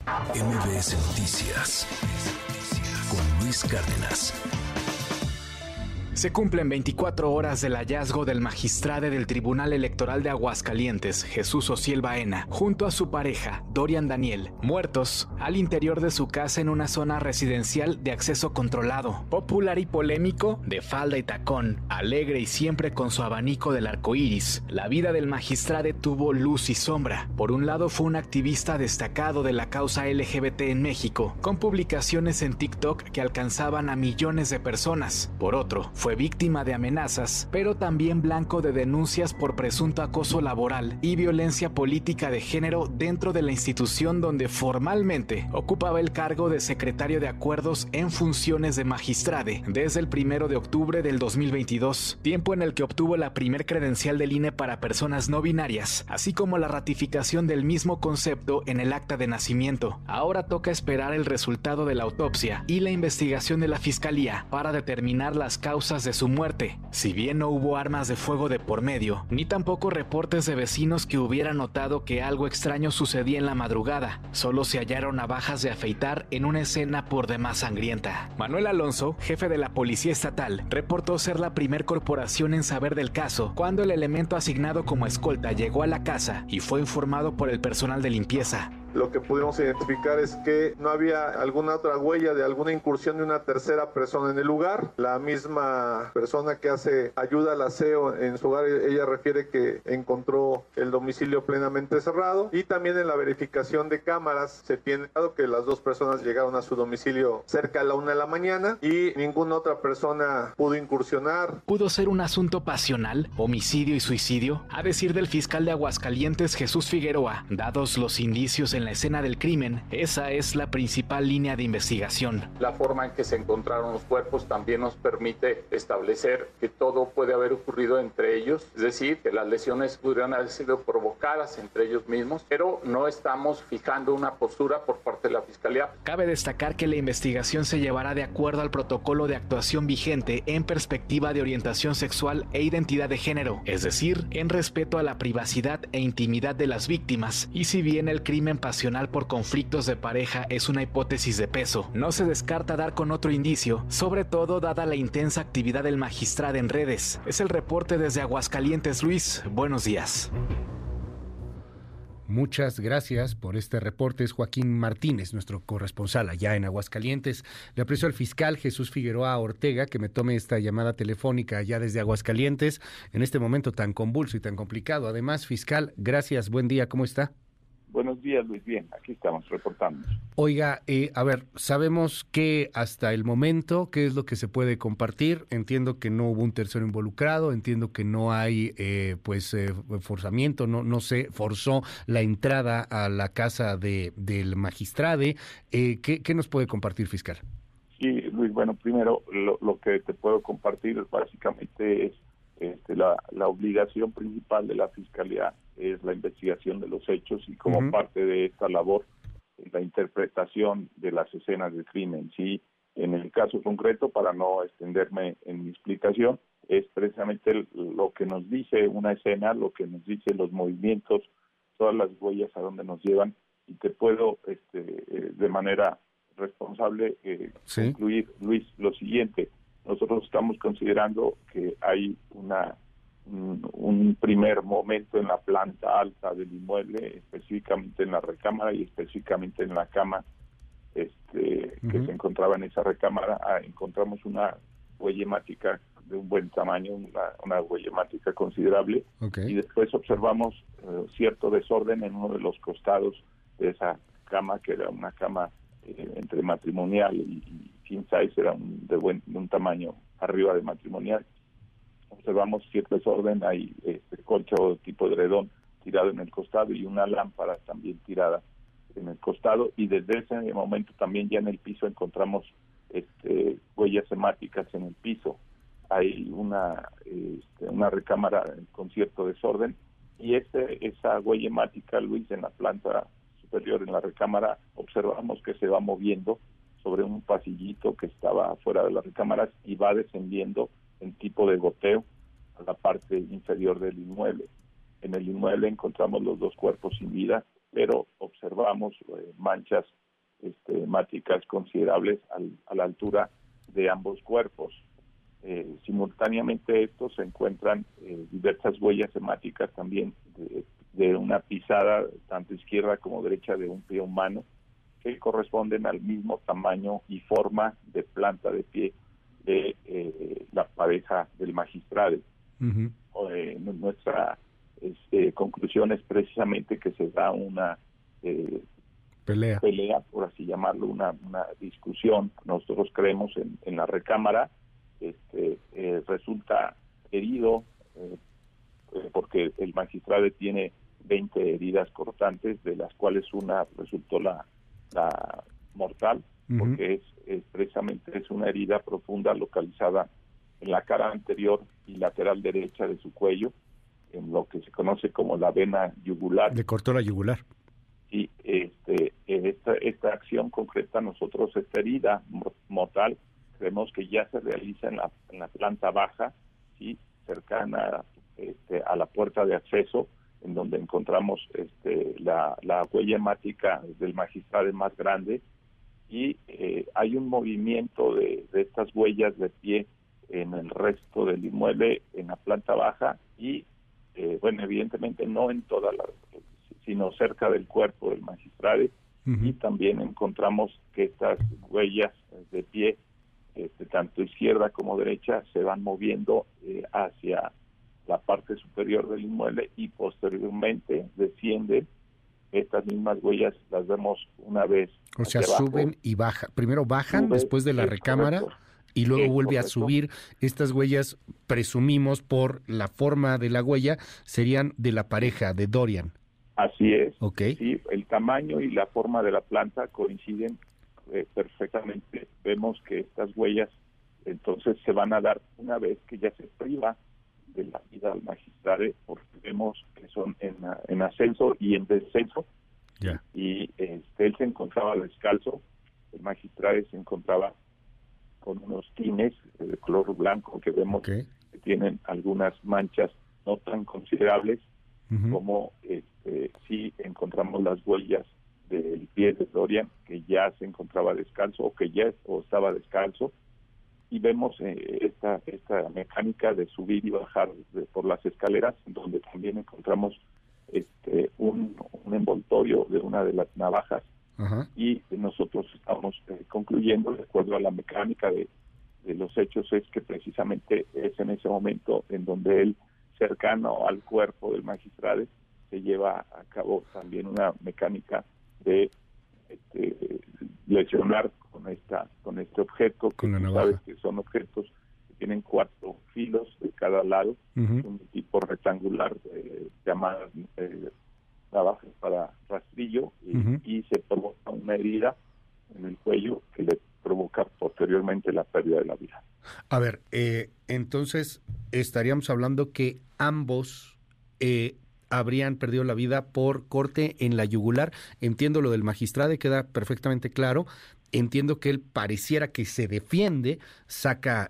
MBS Noticias con Luis Cárdenas. Se cumplen 24 horas del hallazgo del magistrado del Tribunal Electoral de Aguascalientes, Jesús Ociel Baena, junto a su pareja, Dorian Daniel, muertos al interior de su casa en una zona residencial de acceso controlado. Popular y polémico, de falda y tacón, alegre y siempre con su abanico del arco iris, la vida del magistrado tuvo luz y sombra. Por un lado, fue un activista destacado de la causa LGBT en México, con publicaciones en TikTok que alcanzaban a millones de personas. Por otro, fue víctima de amenazas, pero también blanco de denuncias por presunto acoso laboral y violencia política de género dentro de la institución donde formalmente ocupaba el cargo de secretario de acuerdos en funciones de magistrade desde el 1 de octubre del 2022, tiempo en el que obtuvo la primer credencial del INE para personas no binarias, así como la ratificación del mismo concepto en el acta de nacimiento. Ahora toca esperar el resultado de la autopsia y la investigación de la Fiscalía para determinar las causas de su muerte. Si bien no hubo armas de fuego de por medio, ni tampoco reportes de vecinos que hubieran notado que algo extraño sucedía en la madrugada, solo se hallaron navajas de afeitar en una escena por demás sangrienta. Manuel Alonso, jefe de la Policía Estatal, reportó ser la primer corporación en saber del caso cuando el elemento asignado como escolta llegó a la casa y fue informado por el personal de limpieza. Lo que pudimos identificar es que no había alguna otra huella de alguna incursión de una tercera persona en el lugar. La misma persona que hace ayuda al aseo en su hogar, ella refiere que encontró el domicilio plenamente cerrado, y también en la verificación de cámaras se tiene claro que las dos personas llegaron a su domicilio cerca de la 1 de la mañana y ninguna otra persona pudo incursionar. ¿Pudo ser un asunto pasional, homicidio y suicidio? A decir del fiscal de Aguascalientes, Jesús Figueroa, dados los indicios en la escena del crimen, esa es la principal línea de investigación. La forma en que se encontraron los cuerpos también nos permite establecer que todo puede haber ocurrido entre ellos, es decir, que las lesiones pudieran haber sido provocadas entre ellos mismos, pero no estamos fijando una postura por parte de la Fiscalía. Cabe destacar que la investigación se llevará de acuerdo al protocolo de actuación vigente en perspectiva de orientación sexual e identidad de género, es decir, en respeto a la privacidad e intimidad de las víctimas, y si bien el crimen pasional por conflictos de pareja es una hipótesis de peso, no se descarta dar con otro indicio, sobre todo dada la intensa actividad del magistrado en redes. Es el reporte desde Aguascalientes. Luis, buenos días. Muchas gracias por este reporte. Es Joaquín Martínez, nuestro corresponsal allá en Aguascalientes. Le aprecio al fiscal Jesús Figueroa Ortega que me tome esta llamada telefónica allá desde Aguascalientes en este momento tan convulso y tan complicado. Además, fiscal, gracias. Buen día. ¿Cómo está? Buenos días, Luis. Bien, aquí estamos reportando. Oiga, a ver, sabemos que hasta el momento, ¿qué es lo que se puede compartir? Entiendo que no hubo un tercero involucrado, entiendo que no hay, forzamiento, no se forzó la entrada a la casa del magistrade. ¿Qué nos puede compartir, fiscal? Sí, Luis, bueno, primero lo que te puedo compartir básicamente es la obligación principal de la Fiscalía es la investigación de los hechos y como parte de esta labor, la interpretación de las escenas del crimen. Sí, en el caso concreto, para no extenderme en mi explicación, es precisamente lo que nos dice una escena, lo que nos dice los movimientos, todas las huellas a donde nos llevan, y te puedo de manera responsable concluir, Luis, lo siguiente. Nosotros estamos considerando que hay un primer momento en la planta alta del inmueble, específicamente en la recámara y específicamente en la cama que se encontraba en esa recámara. Encontramos una huella hemática de un buen tamaño, una huella hemática considerable, y después observamos cierto desorden en uno de los costados de esa cama, que era una cama entre matrimonial y king size, era de un tamaño arriba de matrimonial. Observamos cierto desorden, hay colcho tipo edredón tirado en el costado y una lámpara también tirada en el costado, y desde ese momento también ya en el piso encontramos huellas hemáticas en el piso. Hay una recámara con cierto desorden, y esa huella hemática, Luis, en la planta superior, en la recámara, observamos que se va moviendo sobre un pasillito que estaba afuera de las recámaras y va descendiendo en tipo de goteo a la parte inferior del inmueble. En el inmueble encontramos los dos cuerpos sin vida, pero observamos manchas hemáticas considerables a la altura de ambos cuerpos. Simultáneamente estos se encuentran diversas huellas hemáticas también de una pisada tanto izquierda como derecha de un pie humano, que corresponden al mismo tamaño y forma de planta de pie de la pareja del magistrado. Uh-huh. Nuestra conclusión es precisamente que se da una pelea, por así llamarlo, una discusión. Nosotros creemos en la recámara. Resulta herido porque el magistrado tiene 20 heridas cortantes, de las cuales una resultó la mortal, uh-huh, porque precisamente es una herida profunda localizada en la cara anterior y lateral derecha de su cuello, en lo que se conoce como la vena yugular. Le cortó la yugular. Y esta acción concreta, nosotros esta herida mortal creemos que ya se realiza en la planta baja, ¿sí?, cercana a la puerta de acceso, en donde encontramos la huella hemática del magistrado más grande, y hay un movimiento de estas huellas de pie en el resto del inmueble, en la planta baja, y evidentemente no en toda sino cerca del cuerpo del magistrado. Uh-huh. Y también encontramos que estas huellas de pie, tanto izquierda como derecha, se van moviendo hacia la parte superior del inmueble, y posteriormente descienden. Estas mismas huellas las vemos una vez. O sea, suben y bajan. Primero bajan después de la recámara, correcto, y luego vuelve correcto a subir. Estas huellas, presumimos por la forma de la huella, serían de la pareja de Dorian. Así es. Okay. Sí, el tamaño y la forma de la planta coinciden perfectamente. Vemos que estas huellas entonces se van a dar una vez que ya se priva de la vida al magistrado, porque vemos que son en ascenso y en descenso. Yeah. Y él se encontraba descalzo, el magistrado se encontraba con unos tines de color blanco que vemos, okay, que tienen algunas manchas no tan considerables, uh-huh, como sí encontramos las huellas del pie de Dorian, que ya se encontraba descalzo o estaba descalzo, y vemos esta mecánica de subir y bajar por las escaleras, donde también encontramos un envoltorio de una de las navajas, uh-huh, y nosotros estamos concluyendo, de acuerdo a la mecánica de los hechos, es que precisamente es en ese momento en donde él, cercano al cuerpo del magistrado, se lleva a cabo también una mecánica de lesionar con este objeto, que tú sabes que son objetos que tienen 4 filos de cada lado, uh-huh, un tipo rectangular llamadas navajas para rastrillo, uh-huh, y se provoca una herida en el cuello que le provoca posteriormente la pérdida de la vida. A ver, entonces estaríamos hablando que ambos habrían perdido la vida por corte en la yugular. Entiendo lo del magistrado, queda perfectamente claro. Entiendo que él pareciera que se defiende, saca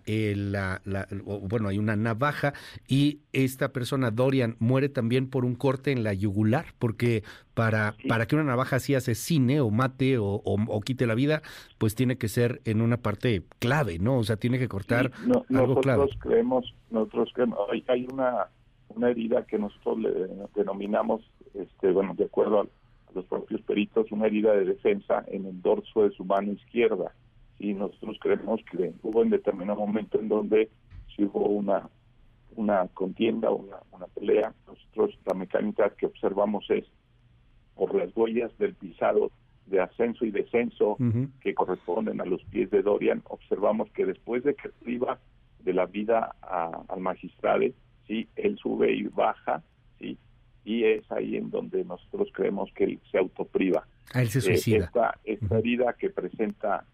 hay una navaja, y esta persona, Dorian, muere también por un corte en la yugular, porque para que una navaja así asesine o mate o quite la vida, pues tiene que ser en una parte clave, ¿no? O sea, tiene que cortar algo clave. Nosotros creemos, hay una herida que nosotros le denominamos, de acuerdo a los propios peritos, una herida de defensa en el dorso de su mano izquierda. Y nosotros creemos que hubo en determinado momento en donde si hubo una contienda, una pelea. Nosotros la mecánica que observamos es por las huellas del pisado de ascenso y descenso, uh-huh, que corresponden a los pies de Dorian. Observamos que después de que priva de la vida al magistrado, sí, él sube y baja, sí, y es ahí en donde nosotros creemos que él se autopriva. Él se suicida. Esta herida que presenta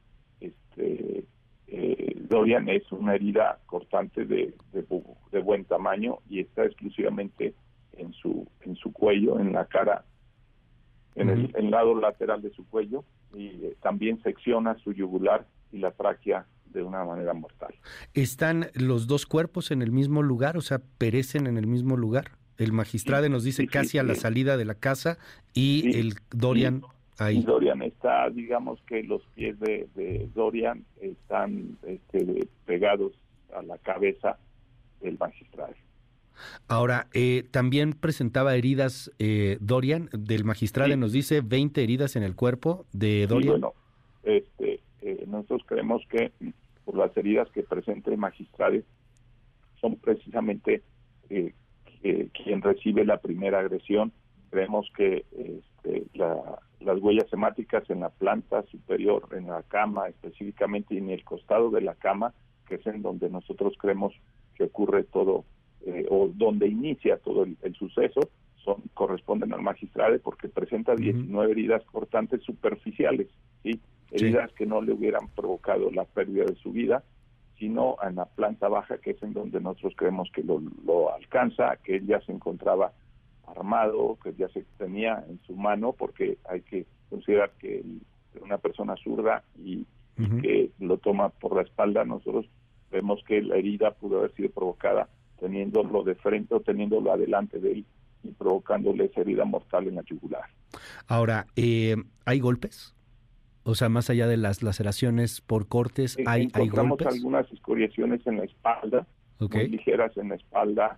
Dorian es una herida cortante de buen tamaño, y está exclusivamente en su cuello, en la cara, en uh-huh, el lado lateral de su cuello, y también secciona su yugular y la tráquea de una manera mortal. ¿Están los dos cuerpos en el mismo lugar? O sea, ¿perecen en el mismo lugar? El magistrado nos dice casi a la salida de la casa y el Dorian ahí. Y Dorian está, digamos que los pies de Dorian están pegados a la cabeza del magistrado. Ahora, también presentaba heridas Dorian, del magistrado nos dice 20 heridas en el cuerpo de Dorian. Sí, bueno, nosotros creemos que por las heridas que presenta el magistrado son precisamente quien recibe la primera agresión. Creemos que las huellas hemáticas en la planta superior, en la cama específicamente, y en el costado de la cama, que es en donde nosotros creemos que ocurre todo, o donde inicia todo el suceso, corresponden al magistrado porque presenta 19 heridas cortantes superficiales, ¿sí? Heridas que no le hubieran provocado la pérdida de su vida, sino en la planta baja, que es en donde nosotros creemos que lo alcanza, que él ya se encontraba armado, que ya se tenía en su mano, porque hay que considerar que una persona zurda y que lo toma por la espalda. Nosotros vemos que la herida pudo haber sido provocada teniéndolo de frente o teniéndolo adelante de él y provocándole esa herida mortal en la yugular. Ahora, ¿hay golpes? O sea, más allá de las laceraciones por cortes, ¿hay golpes? Encontramos algunas escoriaciones en la espalda, muy ligeras en la espalda,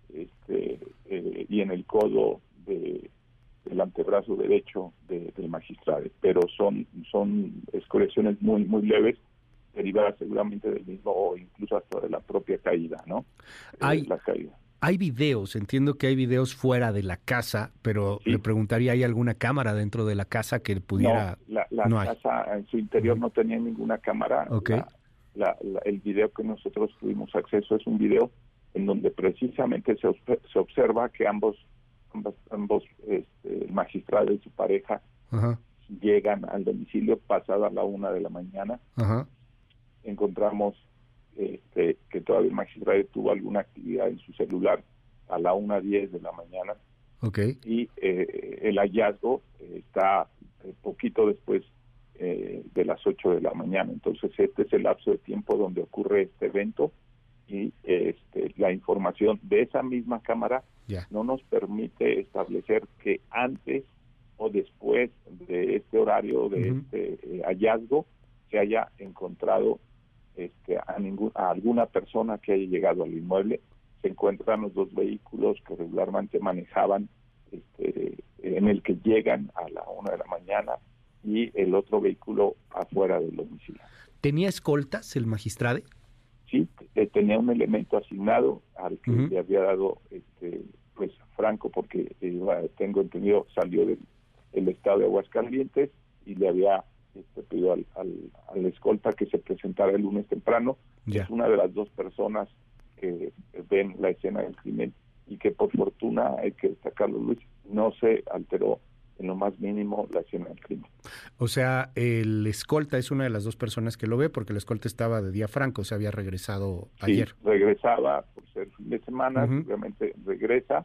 y en el codo del antebrazo derecho del magistrado, pero son escoriaciones muy muy leves, derivadas seguramente del mismo o incluso hasta de la propia caída, ¿no? La caída. Hay videos, entiendo que hay videos fuera de la casa, pero le preguntaría, ¿hay alguna cámara dentro de la casa que pudiera...? No, la casa en su interior no tenía ninguna cámara. El video que nosotros tuvimos acceso es un video en donde precisamente se observa que ambos el magistrado y su pareja llegan al domicilio pasada la 1 de la mañana. Encontramos que todavía el magistrado tuvo alguna actividad en su celular a la 1:10 de la mañana. Y el hallazgo está poquito después de las 8 de la mañana. Entonces este es el lapso de tiempo donde ocurre este evento, y la información de esa misma cámara no nos permite establecer que antes o después de este horario de este hallazgo se haya encontrado a alguna persona que haya llegado al inmueble. Se encuentran los dos vehículos que regularmente manejaban, en el que llegan a la 1 de la mañana, y el otro vehículo afuera del domicilio. ¿Tenía escoltas el magistrado? Sí, tenía un elemento asignado al que le había dado Franco, porque tengo entendido salió del estado de Aguascalientes y le había pedido al escolta que se presentara el lunes temprano. Es una de las dos personas que ven la escena del crimen y que, por fortuna, hay que destacarlo, Luis, no se alteró en lo más mínimo la escena del crimen. O sea, el escolta es una de las dos personas que lo ve, porque el escolta estaba de día franco, se había regresado ayer. Regresaba por ser fin de semana, obviamente regresa,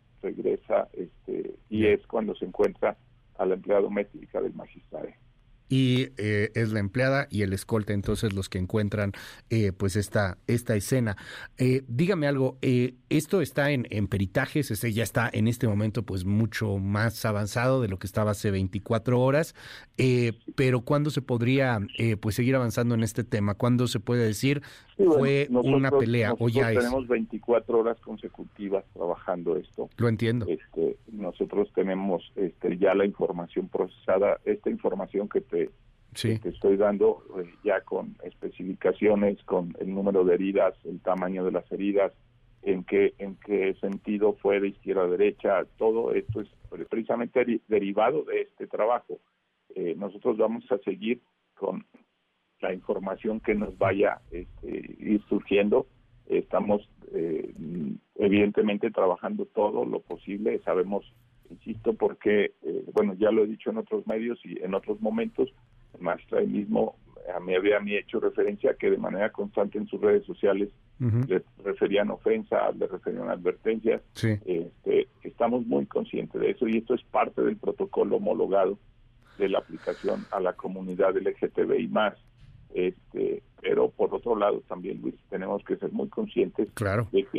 y es cuando se encuentra a la empleada doméstica del magistrado. Y es la empleada y el escolta entonces los que encuentran pues esta escena. Dígame algo, esto está en peritajes, ya está en este momento pues mucho más avanzado de lo que estaba hace 24 horas, pero ¿cuándo se podría pues seguir avanzando en este tema? ¿Cuándo se puede decir fue una pelea o ya es? Tenemos 24 horas consecutivas trabajando esto. Lo entiendo. Nosotros tenemos ya la información procesada, esta información que te estoy dando ya con especificaciones, con el número de heridas, el tamaño de las heridas, en qué sentido fue de izquierda a derecha. Todo esto es precisamente derivado de este trabajo. Nosotros vamos a seguir con la información que nos vaya ir surgiendo. Estamos evidentemente trabajando todo lo posible. Sabemos, insisto, porque ya lo he dicho en otros medios y en otros momentos, el magistrado mismo me había hecho referencia a que de manera constante en sus redes sociales le referían ofensas, le referían advertencias. Estamos muy conscientes de eso, y esto es parte del protocolo homologado de la aplicación a la comunidad LGTBI+. Pero por otro lado también, Luis, tenemos que ser muy conscientes de que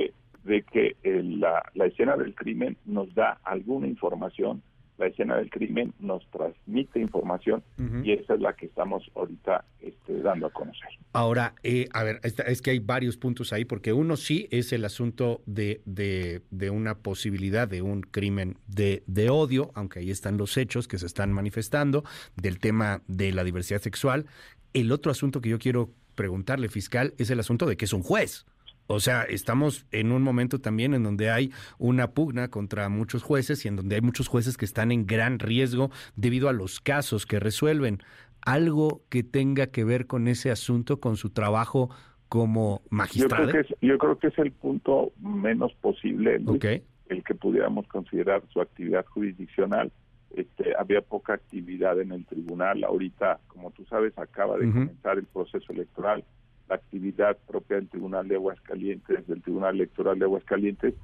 de que la escena del crimen nos da alguna información, la escena del crimen nos transmite información, y esa es la que estamos ahorita dando a conocer. Ahora, a ver, es que hay varios puntos ahí, porque uno sí es el asunto de una posibilidad de un crimen de odio, aunque ahí están los hechos que se están manifestando, del tema de la diversidad sexual. El otro asunto que yo quiero preguntarle, fiscal, es el asunto de que es un juez. O sea, estamos en un momento también en donde hay una pugna contra muchos jueces y en donde hay muchos jueces que están en gran riesgo debido a los casos que resuelven. ¿Algo que tenga que ver con ese asunto, con su trabajo como magistrado? Yo creo que es el punto menos posible, Luis, okay, el que pudiéramos considerar su actividad jurisdiccional. Había poca actividad en el tribunal. Ahorita, como tú sabes, acaba de comenzar el proceso electoral. La actividad propia del Tribunal de Aguascalientes, del Tribunal Electoral de Aguascalientes,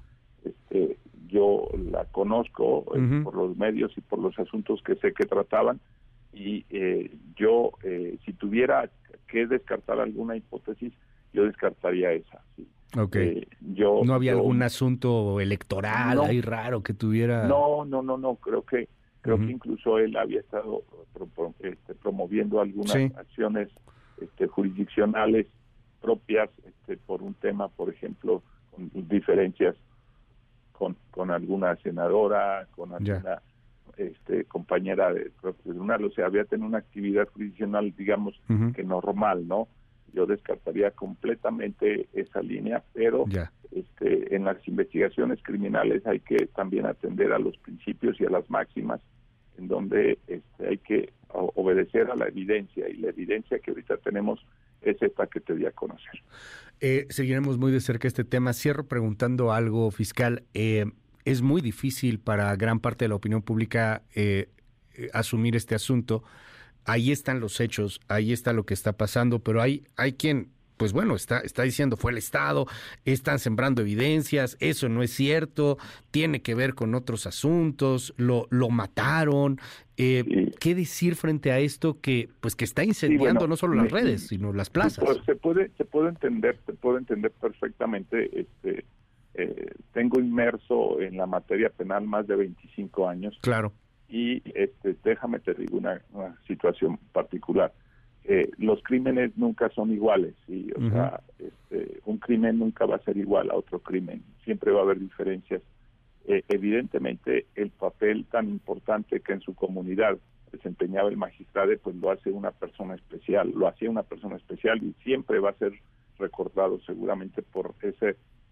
yo la conozco por los medios y por los asuntos que sé que trataban, y yo, si tuviera que descartar alguna hipótesis, yo descartaría esa. ¿Sí? Okay. ¿No había algún asunto electoral ahí raro que tuviera? No, creo que incluso él había estado promoviendo algunas acciones jurisdiccionales propias por un tema, por ejemplo, con diferencias con alguna senadora, con alguna compañera del propio tribunal. O sea, había tenido una actividad jurisdiccional, digamos, que normal, ¿no? Yo descartaría completamente esa línea, pero en las investigaciones criminales hay que también atender a los principios y a las máximas, en donde hay que obedecer a la evidencia, y la evidencia que ahorita tenemos es esta que te di a conocer. Seguiremos muy de cerca este tema. Cierro preguntando algo, fiscal. Es muy difícil para gran parte de la opinión pública asumir este asunto. Ahí están los hechos, ahí está lo que está pasando, pero hay quien, pues bueno, está diciendo fue el Estado, están sembrando evidencias, eso no es cierto, tiene que ver con otros asuntos, lo mataron. ¿Qué decir frente a esto que está incendiando no solo las redes, sino las plazas? Pues se puede entender perfectamente. Tengo inmerso en la materia penal más de 25 años. Claro. Y déjame te digo una situación particular. Los crímenes nunca son iguales, ¿sí? O sea, un crimen nunca va a ser igual a otro crimen, siempre va a haber diferencias. Evidentemente, el papel tan importante que en su comunidad desempeñaba el magistrado, pues lo hacía una persona especial, y siempre va a ser recordado seguramente por ese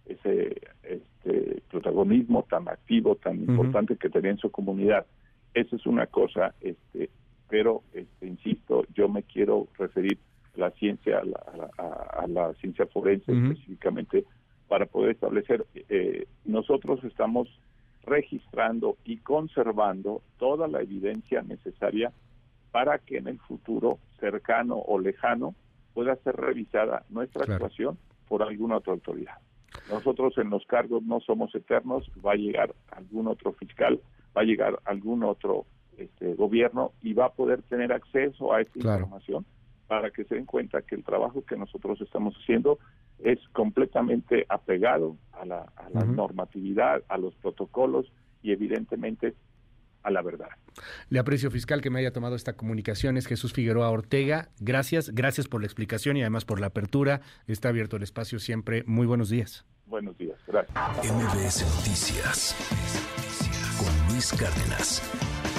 protagonismo tan activo, tan importante que tenía en su comunidad. Esa es una cosa, pero insisto, yo me quiero referir a la ciencia, a la ciencia forense específicamente, para poder establecer, nosotros estamos registrando y conservando toda la evidencia necesaria para que en el futuro cercano o lejano pueda ser revisada nuestra actuación por alguna otra autoridad. Nosotros en los cargos no somos eternos, va a llegar algún otro fiscal, va a llegar algún otro gobierno y va a poder tener acceso a esta información para que se den cuenta que el trabajo que nosotros estamos haciendo es completamente apegado a la normatividad, a los protocolos y evidentemente a la verdad. Le aprecio, fiscal, que me haya tomado esta comunicación. Es Jesús Figueroa Ortega. Gracias por la explicación y además por la apertura. Está abierto el espacio siempre. Muy buenos días. Buenos días, gracias. MBS Noticias con Luis Cárdenas.